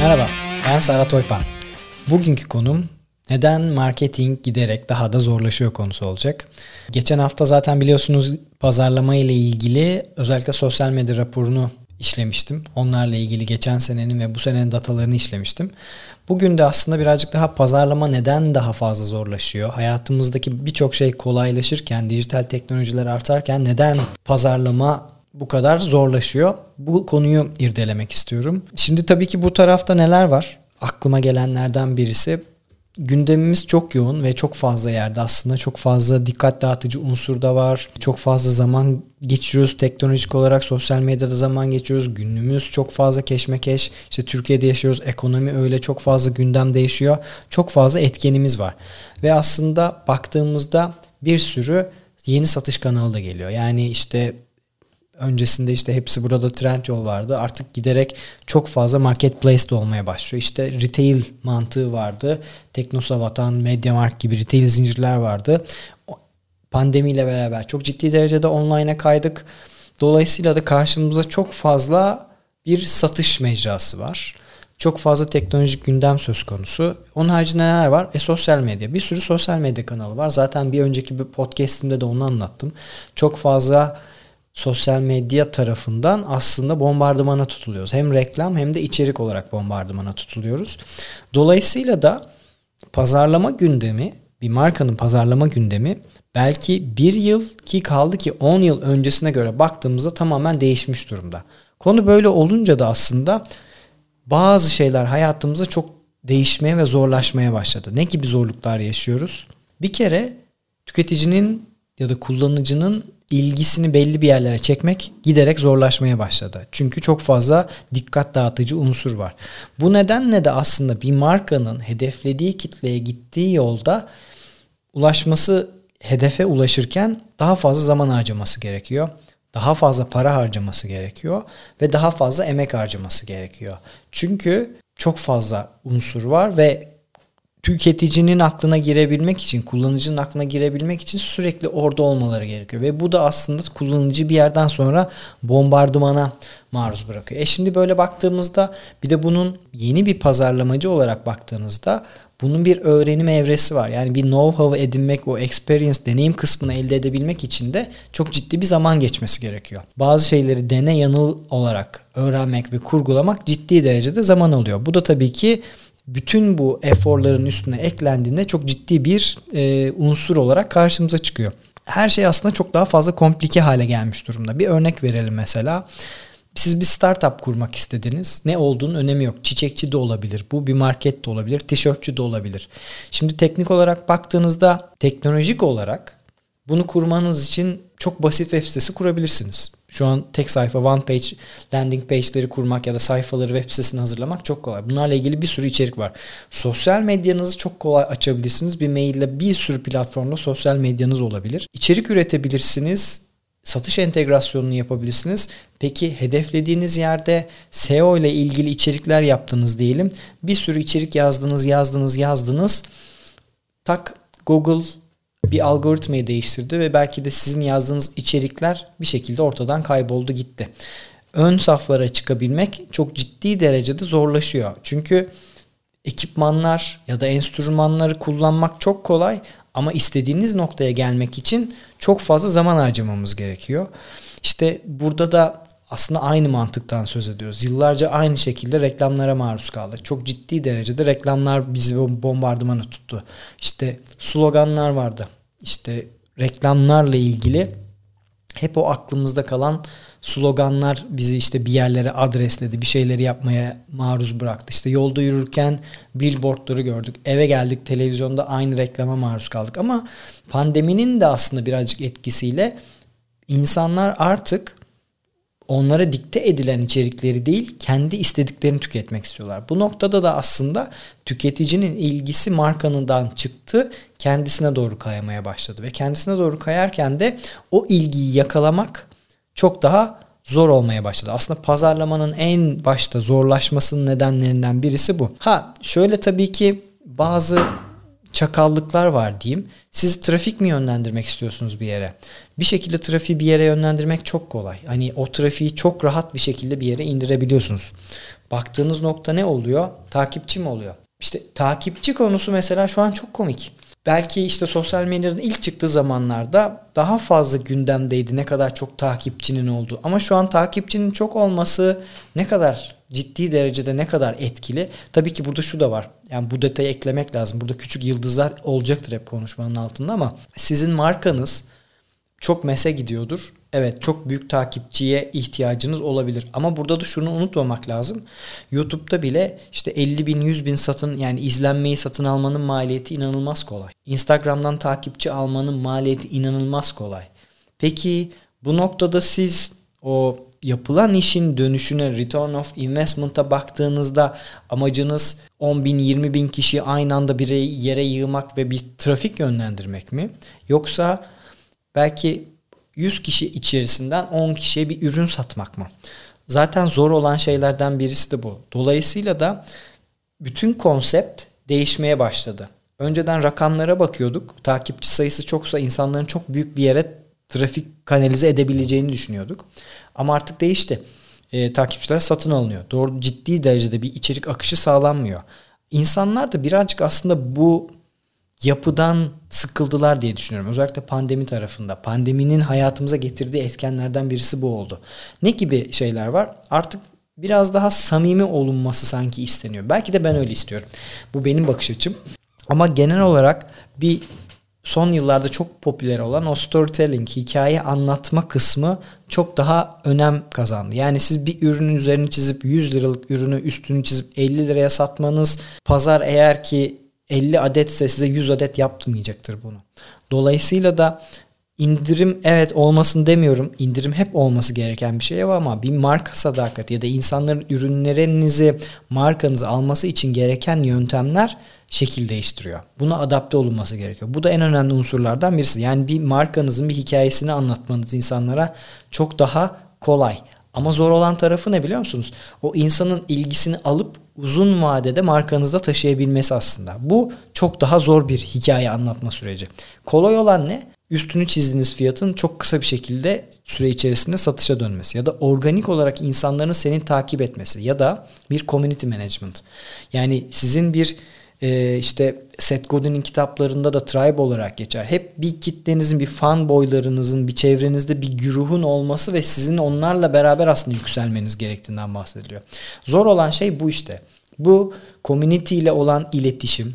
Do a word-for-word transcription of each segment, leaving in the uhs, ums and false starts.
Merhaba, ben Serhat Oypan. Bugünkü konum neden marketing giderek daha da zorlaşıyor konusu olacak. Geçen hafta zaten biliyorsunuz pazarlama ile ilgili özellikle sosyal medya raporunu işlemiştim. Onlarla ilgili geçen senenin ve bu senenin datalarını işlemiştim. Bugün de aslında birazcık daha pazarlama neden daha fazla zorlaşıyor? Hayatımızdaki birçok şey kolaylaşırken, dijital teknolojiler artarken neden pazarlama bu kadar zorlaşıyor? Bu konuyu irdelemek istiyorum. Şimdi tabii ki bu tarafta neler var? Aklıma gelenlerden birisi, gündemimiz çok yoğun ve çok fazla yerde aslında çok fazla dikkat dağıtıcı unsur da var. Çok fazla zaman geçiriyoruz teknolojik olarak, sosyal medyada zaman geçiriyoruz. Günümüz çok fazla keşmekeş. İşte Türkiye'de yaşıyoruz. Ekonomi öyle, çok fazla gündem değişiyor. Çok fazla etkenimiz var. Ve aslında baktığımızda bir sürü yeni satış kanalı da geliyor. Yani işte öncesinde işte hepsi burada Trendyol vardı. Artık giderek çok fazla marketplace'de olmaya başlıyor. İşte retail mantığı vardı. Teknosa, Vatan, MediaMarkt gibi retail zincirler vardı. Pandemiyle beraber çok ciddi derecede online'a kaydık. Dolayısıyla da karşımızda çok fazla bir satış mecrası var. Çok fazla teknolojik gündem söz konusu. Onun haricinde neler var? E sosyal medya. Bir sürü sosyal medya kanalı var. Zaten bir önceki bir podcast'imde de onu anlattım. Çok fazla sosyal medya tarafından aslında bombardımana tutuluyoruz. Hem reklam hem de içerik olarak bombardımana tutuluyoruz. Dolayısıyla da pazarlama gündemi, bir markanın pazarlama gündemi belki bir yıl ki kaldı ki on yıl öncesine göre baktığımızda tamamen değişmiş durumda. Konu böyle olunca da aslında bazı şeyler hayatımızda çok değişmeye ve zorlaşmaya başladı. Ne gibi zorluklar yaşıyoruz? Bir kere tüketicinin ya da kullanıcının ilgisini belli bir yerlere çekmek giderek zorlaşmaya başladı. Çünkü çok fazla dikkat dağıtıcı unsur var. Bu nedenle de aslında bir markanın hedeflediği kitleye gittiği yolda ulaşması, hedefe ulaşırken daha fazla zaman harcaması gerekiyor. Daha fazla para harcaması gerekiyor ve daha fazla emek harcaması gerekiyor. Çünkü çok fazla unsur var ve tüketicinin aklına girebilmek için, kullanıcının aklına girebilmek için sürekli orada olmaları gerekiyor. Ve bu da aslında kullanıcı bir yerden sonra bombardımana maruz bırakıyor. E şimdi böyle baktığımızda bir de bunun yeni bir pazarlamacı olarak baktığınızda bunun bir öğrenim evresi var. Yani bir know-how edinmek, o experience, deneyim kısmını elde edebilmek için de çok ciddi bir zaman geçmesi gerekiyor. Bazı şeyleri dene yanıl olarak öğrenmek ve kurgulamak ciddi derecede zaman alıyor. Bu da tabii ki bütün bu eforların üstüne eklendiğinde çok ciddi bir e, unsur olarak karşımıza çıkıyor. Her şey aslında çok daha fazla komplike hale gelmiş durumda. Bir örnek verelim mesela. Siz bir startup kurmak istediniz. Ne olduğunun önemi yok. Çiçekçi de olabilir. Bu bir market de olabilir. Tişörtçü de olabilir. Şimdi teknik olarak baktığınızda teknolojik olarak bunu kurmanız için çok basit web sitesi kurabilirsiniz. Şu an tek sayfa, one page, landing page'leri kurmak ya da sayfaları web sitesini hazırlamak çok kolay. Bunlarla ilgili bir sürü içerik var. Sosyal medyanızı çok kolay açabilirsiniz. Bir maille bir sürü platformda sosyal medyanız olabilir. İçerik üretebilirsiniz. Satış entegrasyonunu yapabilirsiniz. Peki hedeflediğiniz yerde S E O ile ilgili içerikler yaptınız diyelim. Bir sürü içerik yazdınız, yazdınız, yazdınız. Tak, Google bir algoritmayı değiştirdi ve belki de sizin yazdığınız içerikler bir şekilde ortadan kayboldu gitti. Ön saflara çıkabilmek çok ciddi derecede zorlaşıyor. Çünkü ekipmanlar ya da enstrümanları kullanmak çok kolay ama istediğiniz noktaya gelmek için çok fazla zaman harcamamız gerekiyor. İşte burada da aslında aynı mantıktan söz ediyoruz. Yıllarca aynı şekilde reklamlara maruz kaldık. Çok ciddi derecede reklamlar bizi bombardımana tuttu. İşte sloganlar vardı. İşte reklamlarla ilgili hep o aklımızda kalan sloganlar bizi işte bir yerlere adresledi. Bir şeyleri yapmaya maruz bıraktı. İşte yolda yürürken billboardları gördük. Eve geldik, televizyonda aynı reklama maruz kaldık. Ama pandeminin de aslında birazcık etkisiyle insanlar artık onlara dikte edilen içerikleri değil, kendi istediklerini tüketmek istiyorlar. Bu noktada da aslında tüketicinin ilgisi markanından çıktı, kendisine doğru kaymaya başladı. Ve kendisine doğru kayarken de o ilgiyi yakalamak çok daha zor olmaya başladı. Aslında pazarlamanın en başta zorlaşmasının nedenlerinden birisi bu. Ha şöyle tabii ki bazı çakallıklar var diyeyim. Siz trafik mi yönlendirmek istiyorsunuz bir yere? Bir şekilde trafiği bir yere yönlendirmek çok kolay. Hani o trafiği çok rahat bir şekilde bir yere indirebiliyorsunuz. baktığınız nokta ne oluyor? Takipçi mi oluyor? İşte takipçi konusu mesela şu an çok komik. Belki işte sosyal medyanın ilk çıktığı zamanlarda daha fazla gündemdeydi ne kadar çok takipçinin olduğu. Ama şu an takipçinin çok olması ne kadar ciddi derecede, ne kadar etkili? Tabii ki burada şu da var. Yani bu detayı eklemek lazım. Burada küçük yıldızlar olacaktır hep konuşmanın altında ama sizin markanız çok mese gidiyordur. Evet, çok büyük takipçiye ihtiyacınız olabilir. Ama burada da şunu unutmamak lazım. YouTube'da bile işte elli bin yüz bin satın, yani izlenmeyi satın almanın maliyeti inanılmaz kolay. Instagram'dan takipçi almanın maliyeti inanılmaz kolay. Peki bu noktada siz o yapılan işin dönüşüne, return of investment'a baktığınızda amacınız on bin yirmi bin kişi aynı anda bir yere yığmak ve bir trafik yönlendirmek mi? Yoksa belki yüz kişi içerisinden on kişiye bir ürün satmak mı? Zaten zor olan şeylerden birisi de bu. Dolayısıyla da bütün konsept değişmeye başladı. Önceden rakamlara bakıyorduk. Takipçi sayısı çoksa insanların çok büyük bir yere trafik kanalize edebileceğini düşünüyorduk. Ama artık değişti. E, takipçiler satın alınıyor. Doğru, ciddi derecede bir içerik akışı sağlanmıyor. İnsanlar da birazcık aslında bu yapıdan sıkıldılar diye düşünüyorum. Özellikle pandemi tarafında. Pandeminin hayatımıza getirdiği etkenlerden birisi bu oldu. Ne gibi şeyler var? Artık biraz daha samimi olunması sanki isteniyor. Belki de ben öyle istiyorum. Bu benim bakış açım. Ama genel olarak bir son yıllarda çok popüler olan o storytelling, hikaye anlatma kısmı çok daha önem kazandı. Yani siz bir ürünün üzerini çizip yüz liralık ürünü üstünü çizip elli liraya satmanız, pazar eğer ki elli adetse size yüz adet yaptırmayacaktır bunu. Dolayısıyla da indirim evet olmasın demiyorum. İndirim hep olması gereken bir şey ama bir marka sadakati ya da insanların ürünlerinizi, markanızı alması için gereken yöntemler şekil değiştiriyor. Buna adapte olunması gerekiyor. Bu da en önemli unsurlardan birisi. Yani bir markanızın bir hikayesini anlatmanız insanlara çok daha kolay. Ama zor olan tarafı ne biliyor musunuz? O insanın ilgisini alıp uzun vadede markanızda taşıyabilmesi aslında. Bu çok daha zor bir hikaye anlatma süreci. Kolay olan ne? Üstünü çizdiğiniz fiyatın çok kısa bir şekilde süre içerisinde satışa dönmesi ya da organik olarak insanların seni takip etmesi ya da bir community management. Yani sizin bir e, işte Seth Godin'in kitaplarında da tribe olarak geçer. Hep bir kitlenizin, bir fanboylarınızın, bir çevrenizde bir güruhun olması ve sizin onlarla beraber aslında yükselmeniz gerektiğinden bahsediliyor. Zor olan şey bu işte. Bu community ile olan iletişim,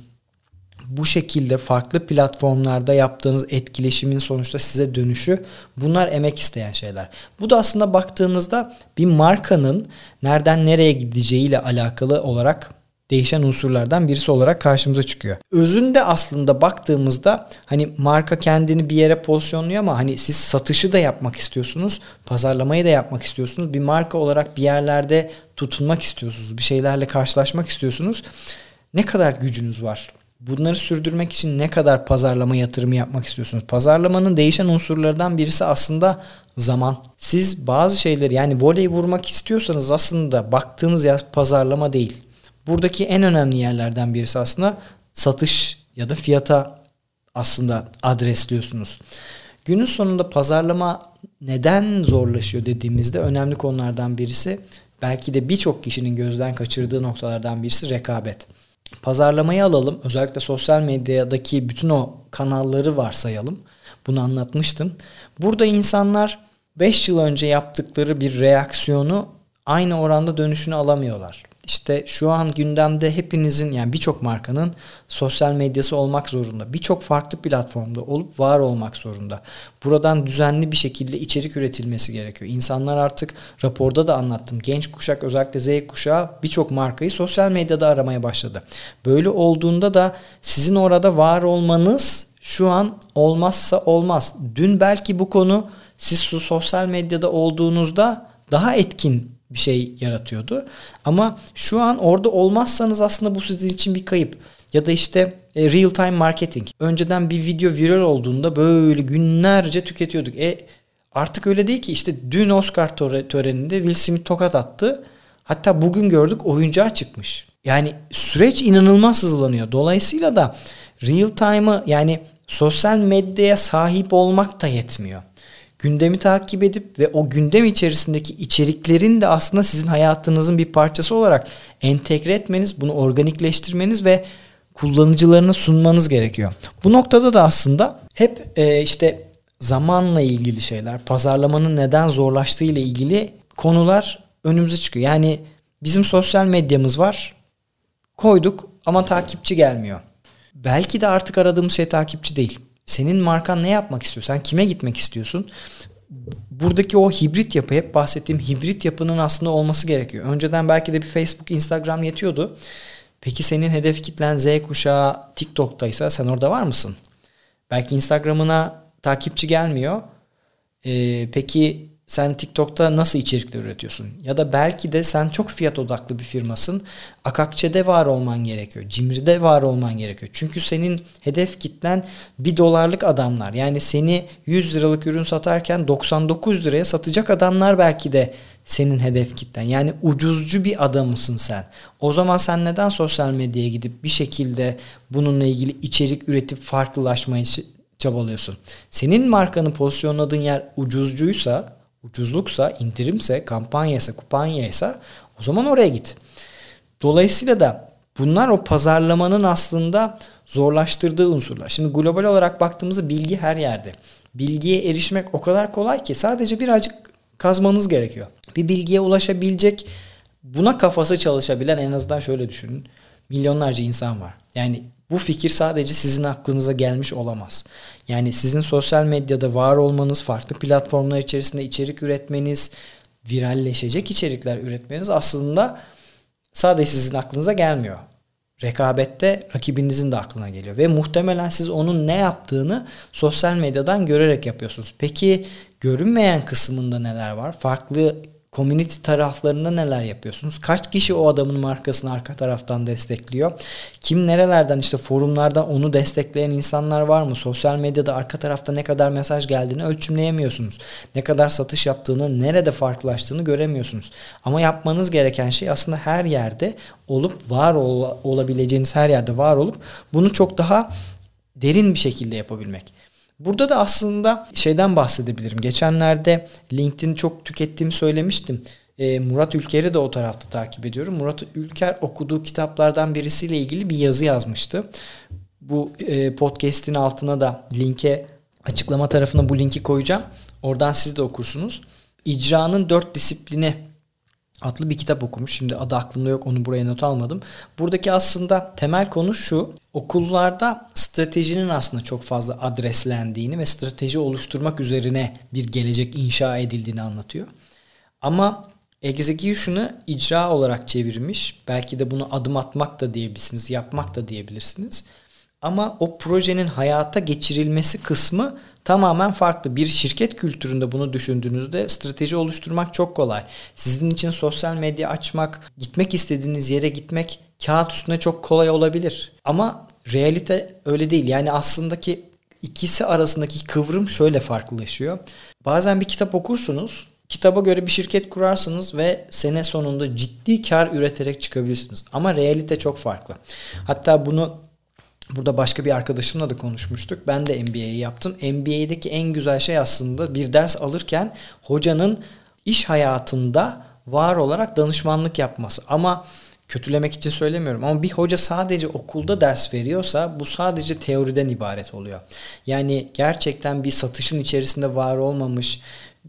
bu şekilde farklı platformlarda yaptığınız etkileşimin sonuçta size dönüşü, bunlar emek isteyen şeyler. Bu da aslında baktığınızda bir markanın nereden nereye gideceğiyle alakalı olarak değişen unsurlardan birisi olarak karşımıza çıkıyor. Özünde aslında baktığımızda hani marka kendini bir yere pozisyonluyor ama hani siz satışı da yapmak istiyorsunuz, pazarlamayı da yapmak istiyorsunuz. Bir marka olarak bir yerlerde tutunmak istiyorsunuz, bir şeylerle karşılaşmak istiyorsunuz. Ne kadar gücünüz var? Bunları sürdürmek için ne kadar pazarlama yatırımı yapmak istiyorsunuz? Pazarlamanın değişen unsurlardan birisi aslında zaman. Siz bazı şeyleri, yani voley vurmak istiyorsanız aslında baktığınız yer pazarlama değil. Buradaki en önemli yerlerden birisi aslında satış ya da fiyata aslında adresliyorsunuz. Günün sonunda pazarlama neden zorlaşıyor dediğimizde önemli konulardan birisi, belki de birçok kişinin gözden kaçırdığı noktalardan birisi rekabet. Pazarlamayı alalım. Özellikle sosyal medyadaki bütün o kanalları varsayalım. Bunu anlatmıştım. Burada insanlar beş yıl önce yaptıkları bir reaksiyonu aynı oranda dönüşünü alamıyorlar. İşte şu an gündemde hepinizin, yani birçok markanın sosyal medyası olmak zorunda. Birçok farklı platformda olup var olmak zorunda. Buradan düzenli bir şekilde içerik üretilmesi gerekiyor. İnsanlar artık, raporda da anlattım, genç kuşak, özellikle Z kuşağı birçok markayı sosyal medyada aramaya başladı. Böyle olduğunda da sizin orada var olmanız şu an olmazsa olmaz. Dün belki bu konu siz sosyal medyada olduğunuzda daha etkin bir şey yaratıyordu. Ama şu an orada olmazsanız aslında bu sizin için bir kayıp. Ya da işte e, real time marketing. Önceden bir video viral olduğunda böyle günlerce tüketiyorduk. E artık öyle değil ki. İşte dün Oscar töreninde Will Smith tokat attı. Hatta bugün gördük oyuncağı çıkmış. Yani süreç inanılmaz hızlanıyor. Dolayısıyla da real time'ı, yani sosyal medyaya sahip olmak da yetmiyor. gündemi takip edip ve o gündem içerisindeki içeriklerin de aslında sizin hayatınızın bir parçası olarak entegre etmeniz, bunu organikleştirmeniz ve kullanıcılarına sunmanız gerekiyor. Bu noktada da aslında hep e, işte zamanla ilgili şeyler, pazarlamanın neden zorlaştığı ile ilgili konular önümüze çıkıyor. Yani bizim sosyal medyamız var, koyduk ama takipçi gelmiyor. Belki de artık aradığımız şey takipçi değil. Senin markan ne yapmak istiyor? Sen kime gitmek istiyorsun? Buradaki o hibrit yapı, hep bahsettiğim hibrit yapının aslında olması gerekiyor. Önceden belki de bir Facebook, Instagram yetiyordu. Peki senin hedef kitlen Z kuşağı TikTok'taysa sen orada var mısın? Belki Instagram'ına takipçi gelmiyor. Ee, peki sen TikTok'ta nasıl içerikler üretiyorsun? Ya da belki de sen çok fiyat odaklı bir firmasın. Akakçe'de var olman gerekiyor. Cimri'de var olman gerekiyor. Çünkü senin hedef kitlen bir dolarlık adamlar. Yani seni yüz liralık ürün satarken doksan dokuz liraya satacak adamlar belki de senin hedef kitlen. Yani ucuzcu bir adamısın sen. O zaman sen neden sosyal medyaya gidip bir şekilde bununla ilgili içerik üretip farklılaşmaya çabalıyorsun? Senin markanı pozisyonladığın yer ucuzcuysa, ucuzluksa, indirimse, kampanyaysa, kupanyaysa o zaman oraya git. Dolayısıyla da bunlar o pazarlamanın aslında zorlaştırdığı unsurlar. Şimdi global olarak baktığımızda bilgi her yerde. Bilgiye erişmek o kadar kolay ki sadece birazcık kazmanız gerekiyor. Bir bilgiye ulaşabilecek, buna kafası çalışabilen, en azından şöyle düşünün, milyonlarca insan var. Yani bu fikir sadece sizin aklınıza gelmiş olamaz. Yani sizin sosyal medyada var olmanız, farklı platformlar içerisinde içerik üretmeniz, viralleşecek içerikler üretmeniz aslında sadece sizin aklınıza gelmiyor. Rekabette rakibinizin de aklına geliyor. Ve muhtemelen siz onun ne yaptığını sosyal medyadan görerek yapıyorsunuz. Peki görünmeyen kısmında neler var? Farklı community taraflarında neler yapıyorsunuz? Kaç kişi o adamın markasını arka taraftan destekliyor? Kim nerelerden, işte forumlarda onu destekleyen insanlar var mı? Sosyal medyada arka tarafta ne kadar mesaj geldiğini ölçümleyemiyorsunuz. Ne kadar satış yaptığını, nerede farklılaştığını göremiyorsunuz. Ama yapmanız gereken şey aslında her yerde olup var ol, olabileceğiniz her yerde var olup bunu çok daha derin bir şekilde yapabilmek. Burada da aslında şeyden bahsedebilirim. Geçenlerde LinkedIn çok tükettiğimi söylemiştim. E, Murat Ülker'i de o tarafta takip ediyorum. Murat Ülker okuduğu kitaplardan birisiyle ilgili bir yazı yazmıştı. Bu e, podcast'in altına da linke, açıklama tarafına bu linki koyacağım. Oradan siz de okursunuz. İcranın Dört Disiplini adlı bir kitap okumuş. Şimdi adı aklımda yok, onu buraya not almadım. Buradaki aslında temel konu şu: okullarda stratejinin aslında çok fazla adreslendiğini ve strateji oluşturmak üzerine bir gelecek inşa edildiğini anlatıyor. Ama execution'ı icra olarak çevirmiş. Belki de bunu adım atmak da diyebilirsiniz, yapmak da diyebilirsiniz. Ama o projenin hayata geçirilmesi kısmı tamamen farklı. Bir şirket kültüründe bunu düşündüğünüzde strateji oluşturmak çok kolay. Sizin için sosyal medya açmak, gitmek istediğiniz yere gitmek kağıt üstünde çok kolay olabilir. Ama realite öyle değil. Yani aslında ki ikisi arasındaki kıvrım şöyle farklılaşıyor. Bazen bir kitap okursunuz, kitaba göre bir şirket kurarsınız ve sene sonunda ciddi kar üreterek çıkabilirsiniz. Ama realite çok farklı. Hatta bunu burada başka bir arkadaşımla da konuşmuştuk. Ben de M B A'yi yaptım. M B A'deki en güzel şey aslında bir ders alırken hocanın iş hayatında var olarak danışmanlık yapması. Ama kötülemek için söylemiyorum. Ama bir hoca sadece okulda ders veriyorsa bu sadece teoriden ibaret oluyor. Yani gerçekten bir satışın içerisinde var olmamış,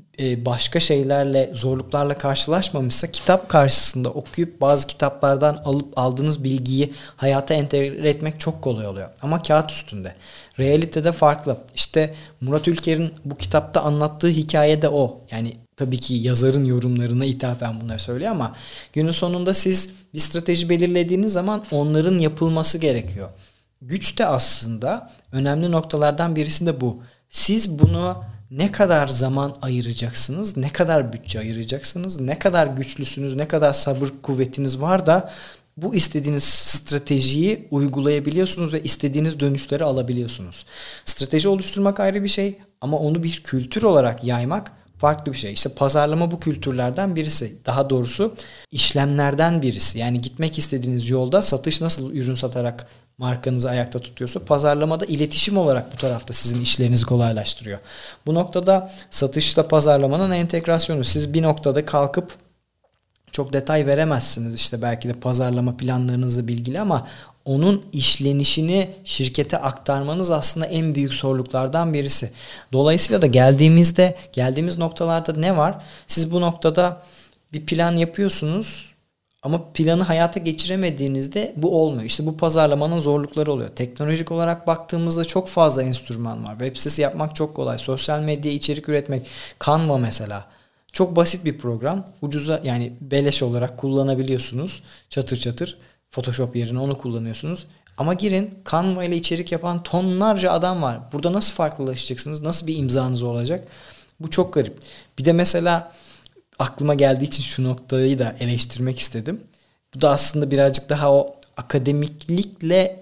başka şeylerle, zorluklarla karşılaşmamışsa kitap karşısında okuyup bazı kitaplardan alıp aldığınız bilgiyi hayata entegre etmek çok kolay oluyor. Ama kağıt üstünde. Realitede farklı. İşte Murat Ülker'in bu kitapta anlattığı hikaye de o. Yani tabii ki yazarın yorumlarına ithafen bunları söylüyor ama günün sonunda siz bir strateji belirlediğiniz zaman onların yapılması gerekiyor. Güç de aslında önemli noktalardan birisi de bu. Siz bunu ne kadar zaman ayıracaksınız, ne kadar bütçe ayıracaksınız, ne kadar güçlüsünüz, ne kadar sabır kuvvetiniz var da bu istediğiniz stratejiyi uygulayabiliyorsunuz ve istediğiniz dönüşleri alabiliyorsunuz. Strateji oluşturmak ayrı bir şey ama onu bir kültür olarak yaymak farklı bir şey. İşte pazarlama bu kültürlerden birisi. Daha doğrusu işlemlerden birisi. Yani gitmek istediğiniz yolda satış nasıl ürün satarak markanızı ayakta tutuyorsa, pazarlamada iletişim olarak bu tarafta sizin işlerinizi kolaylaştırıyor. Bu noktada satışla pazarlamanın entegrasyonu. Siz bir noktada kalkıp çok detay veremezsiniz. İşte belki de pazarlama planlarınızla bilgili ama onun işlenişini şirkete aktarmanız aslında en büyük zorluklardan birisi. Dolayısıyla da geldiğimizde, geldiğimiz noktalarda ne var? Siz bu noktada bir plan yapıyorsunuz ama planı hayata geçiremediğinizde bu olmuyor. İşte bu pazarlamanın zorlukları oluyor. Teknolojik olarak baktığımızda çok fazla enstrüman var. Web sitesi yapmak çok kolay. Sosyal medya içerik üretmek. Canva mesela. Çok basit bir program. Ucuza, yani beleş olarak kullanabiliyorsunuz. Çatır çatır. Photoshop yerine onu kullanıyorsunuz. Ama girin, Canva ile içerik yapan tonlarca adam var. Burada nasıl farklılaşacaksınız? Nasıl bir imzanız olacak? Bu çok garip. Bir de mesela aklıma geldiği için şu noktayı da eleştirmek istedim. Bu da aslında birazcık daha o akademiklikle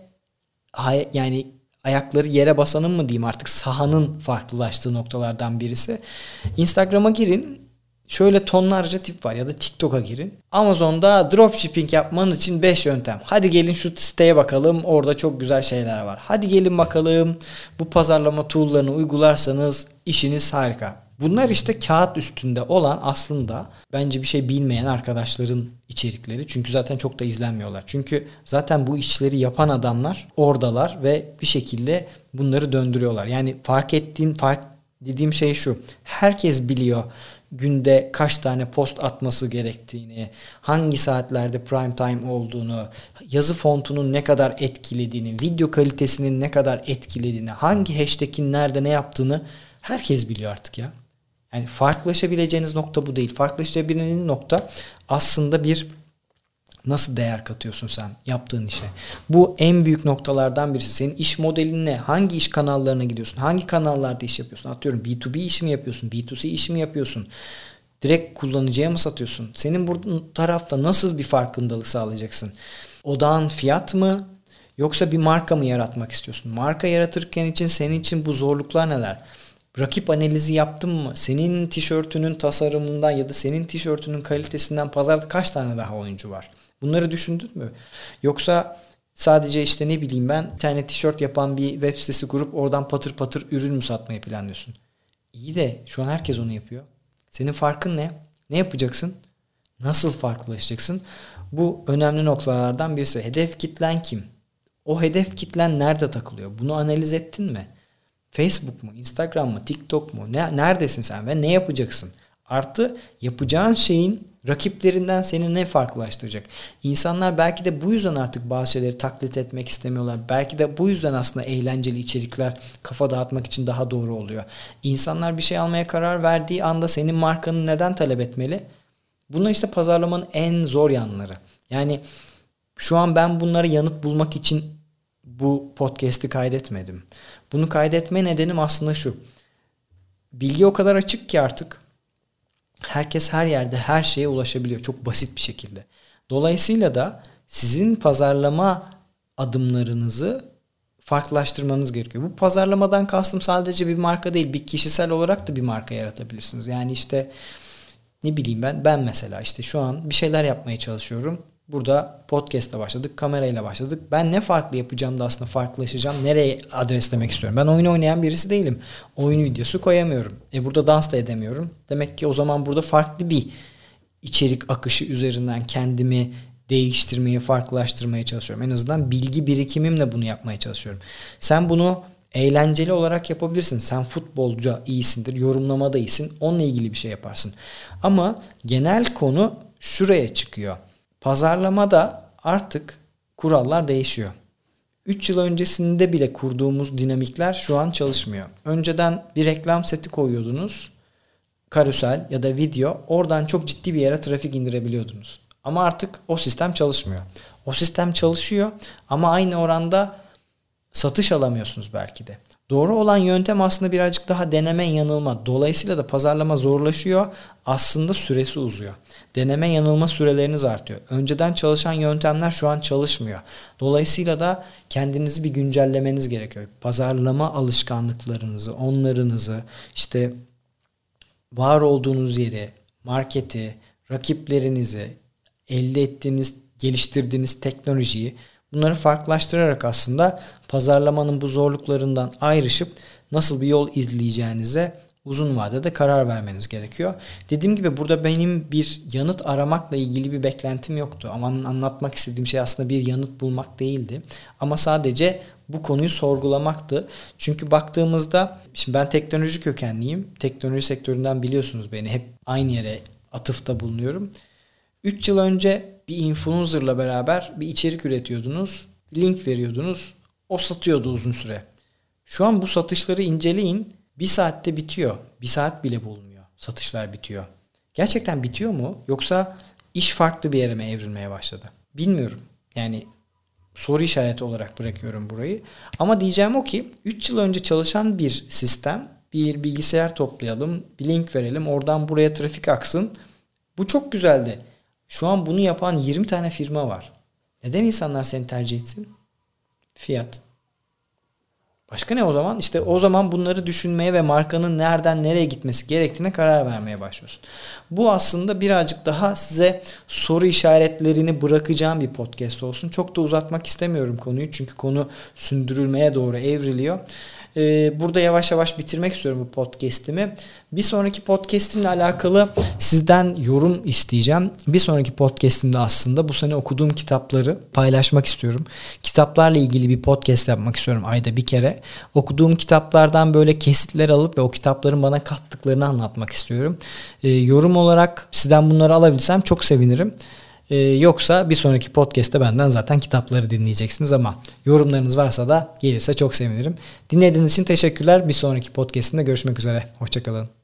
yani ayakları yere basanın mı diyeyim artık, sahanın farklılaştığı noktalardan birisi. Instagram'a girin. Şöyle tonlarca tip var, ya da TikTok'a girin. Amazon'da dropshipping yapmanın için beş yöntem. Hadi gelin şu siteye bakalım, orada çok güzel şeyler var. Hadi gelin bakalım, bu pazarlama tool'larını uygularsanız işiniz harika. Bunlar işte kağıt üstünde olan, aslında bence bir şey bilmeyen arkadaşların içerikleri. Çünkü zaten çok da izlenmiyorlar. Çünkü zaten bu işleri yapan adamlar oradalar ve bir şekilde bunları döndürüyorlar. Yani fark ettiğim, fark dediğim şey şu. Herkes biliyor günde kaç tane post atması gerektiğini, hangi saatlerde prime time olduğunu, yazı fontunun ne kadar etkilediğini, video kalitesinin ne kadar etkilediğini, hangi hashtag'in nerede ne yaptığını herkes biliyor artık ya. Yani farklılaşabileceğiniz nokta bu değil. Farklılaşabileceğiniz nokta aslında bir, nasıl değer katıyorsun sen yaptığın işe. Bu en büyük noktalardan birisi. Senin iş modelin ne? Hangi iş kanallarına gidiyorsun? Hangi kanallarda iş yapıyorsun? Atıyorum B iki B işi mi yapıyorsun? B iki C işi mi yapıyorsun? Direkt kullanıcıya mı satıyorsun? Senin bu tarafta nasıl bir farkındalık sağlayacaksın? Odağın fiyat mı? Yoksa bir marka mı yaratmak istiyorsun? Marka yaratırken için senin için bu zorluklar neler? Rakip analizi yaptın mı? Senin tişörtünün tasarımından ya da senin tişörtünün kalitesinden pazarda kaç tane daha oyuncu var? Bunları düşündün mü? Yoksa sadece işte ne bileyim ben bir tane tişört yapan bir web sitesi kurup oradan patır patır ürün mü satmayı planlıyorsun? İyi de şu an herkes onu yapıyor. Senin farkın ne? Ne yapacaksın? Nasıl farklılaşacaksın? Bu önemli noktalardan birisi. Hedef kitlen kim? O hedef kitlen nerede takılıyor? Bunu analiz ettin mi? Facebook mu, Instagram mı, TikTok mu? Ne, neredesin sen ve ne yapacaksın? Artı yapacağın şeyin rakiplerinden seni ne farklılaştıracak? İnsanlar belki de bu yüzden artık bazı şeyleri taklit etmek istemiyorlar. Belki de bu yüzden aslında eğlenceli içerikler kafa dağıtmak için daha doğru oluyor. İnsanlar bir şey almaya karar verdiği anda senin markanı neden talep etmeli? Bunlar işte pazarlamanın en zor yanları. Yani şu an ben bunlara yanıt bulmak için bu podcast'i kaydetmedim. Bunu kaydetme nedenim aslında şu. Bilgi o kadar açık ki artık herkes her yerde her şeye ulaşabiliyor. Çok basit bir şekilde. Dolayısıyla da sizin pazarlama adımlarınızı farklılaştırmanız gerekiyor. Bu pazarlamadan kastım sadece bir marka değil. Bir kişisel olarak da bir marka yaratabilirsiniz. Yani işte ne bileyim ben. Ben mesela işte şu an bir şeyler yapmaya çalışıyorum. Burada podcast'la başladık, kamerayla başladık. Ben ne farklı yapacağım da aslında farklılaşacağım. Nereye adreslemek istiyorum? Ben oyun oynayan birisi değilim. Oyun videosu koyamıyorum. E burada dans da edemiyorum. Demek ki o zaman burada farklı bir içerik akışı üzerinden kendimi değiştirmeye, farklılaştırmaya çalışıyorum. En azından bilgi birikimimle bunu yapmaya çalışıyorum. Sen bunu eğlenceli olarak yapabilirsin. Sen futbolcu iyisindir, yorumlamada iyisin. Onunla ilgili bir şey yaparsın. Ama genel konu şuraya çıkıyor. Pazarlamada artık kurallar değişiyor. üç yıl öncesinde bile kurduğumuz dinamikler şu an çalışmıyor. Önceden bir reklam seti koyuyordunuz. Karusel ya da video. Oradan çok ciddi bir yere trafik indirebiliyordunuz. Ama artık o sistem çalışmıyor. O sistem çalışıyor ama aynı oranda satış alamıyorsunuz belki de. Doğru olan yöntem aslında birazcık daha deneme yanılma. Dolayısıyla da pazarlama zorlaşıyor. Aslında süresi uzuyor. Deneme yanılma süreleriniz artıyor. Önceden çalışan yöntemler şu an çalışmıyor. Dolayısıyla da kendinizi bir güncellemeniz gerekiyor. Pazarlama alışkanlıklarınızı, onlarınızı, işte var olduğunuz yeri, marketi, rakiplerinizi, elde ettiğiniz, geliştirdiğiniz teknolojiyi, Bunları farklılaştırarak aslında pazarlamanın bu zorluklarından ayrışıp nasıl bir yol izleyeceğinize uzun vadede karar vermeniz gerekiyor. Dediğim gibi burada benim bir yanıt aramakla ilgili bir beklentim yoktu. Ama anlatmak istediğim şey aslında bir yanıt bulmak değildi. Ama sadece bu konuyu sorgulamaktı. Çünkü baktığımızda, şimdi ben teknoloji kökenliyim. Teknoloji sektöründen biliyorsunuz beni. Hep aynı yere atıfta bulunuyorum. üç yıl önce bir influencer'la beraber bir içerik üretiyordunuz. Link veriyordunuz. O satıyordu uzun süre. Şu an bu satışları inceleyin. Bir saatte bitiyor. Bir saat bile bulmuyor. Satışlar bitiyor. Gerçekten bitiyor mu? Yoksa iş farklı bir yere mi evrilmeye başladı? Bilmiyorum. Yani soru işareti olarak bırakıyorum burayı. Ama diyeceğim o ki üç yıl önce çalışan bir sistem, bir bilgisayar toplayalım, bir link verelim, oradan buraya trafik aksın. Bu çok güzeldi. Şu an bunu yapan yirmi tane firma var. Neden insanlar seni tercih etsin? Fiyat. Başka ne o zaman? İşte o zaman bunları düşünmeye ve markanın nereden nereye gitmesi gerektiğine karar vermeye başlıyorsun. Bu aslında birazcık daha size soru işaretlerini bırakacağım bir podcast olsun. Çok da uzatmak istemiyorum konuyu. Çünkü konu sündürülmeye doğru evriliyor. Burada yavaş yavaş bitirmek istiyorum bu podcast'imi. Bir sonraki podcast'imle alakalı sizden yorum isteyeceğim. Bir sonraki podcast'imde aslında bu sene okuduğum kitapları paylaşmak istiyorum. Kitaplarla ilgili bir podcast yapmak istiyorum ayda bir kere. Okuduğum kitaplardan böyle kesitler alıp ve o kitapların bana kattıklarını anlatmak istiyorum. Ee, yorum olarak sizden bunları alabilsem çok sevinirim. Ee, yoksa bir sonraki podcast'te benden zaten kitapları dinleyeceksiniz ama yorumlarınız varsa da gelirse çok sevinirim. Dinlediğiniz için teşekkürler. Bir sonraki podcast'inde görüşmek üzere. Hoşçakalın.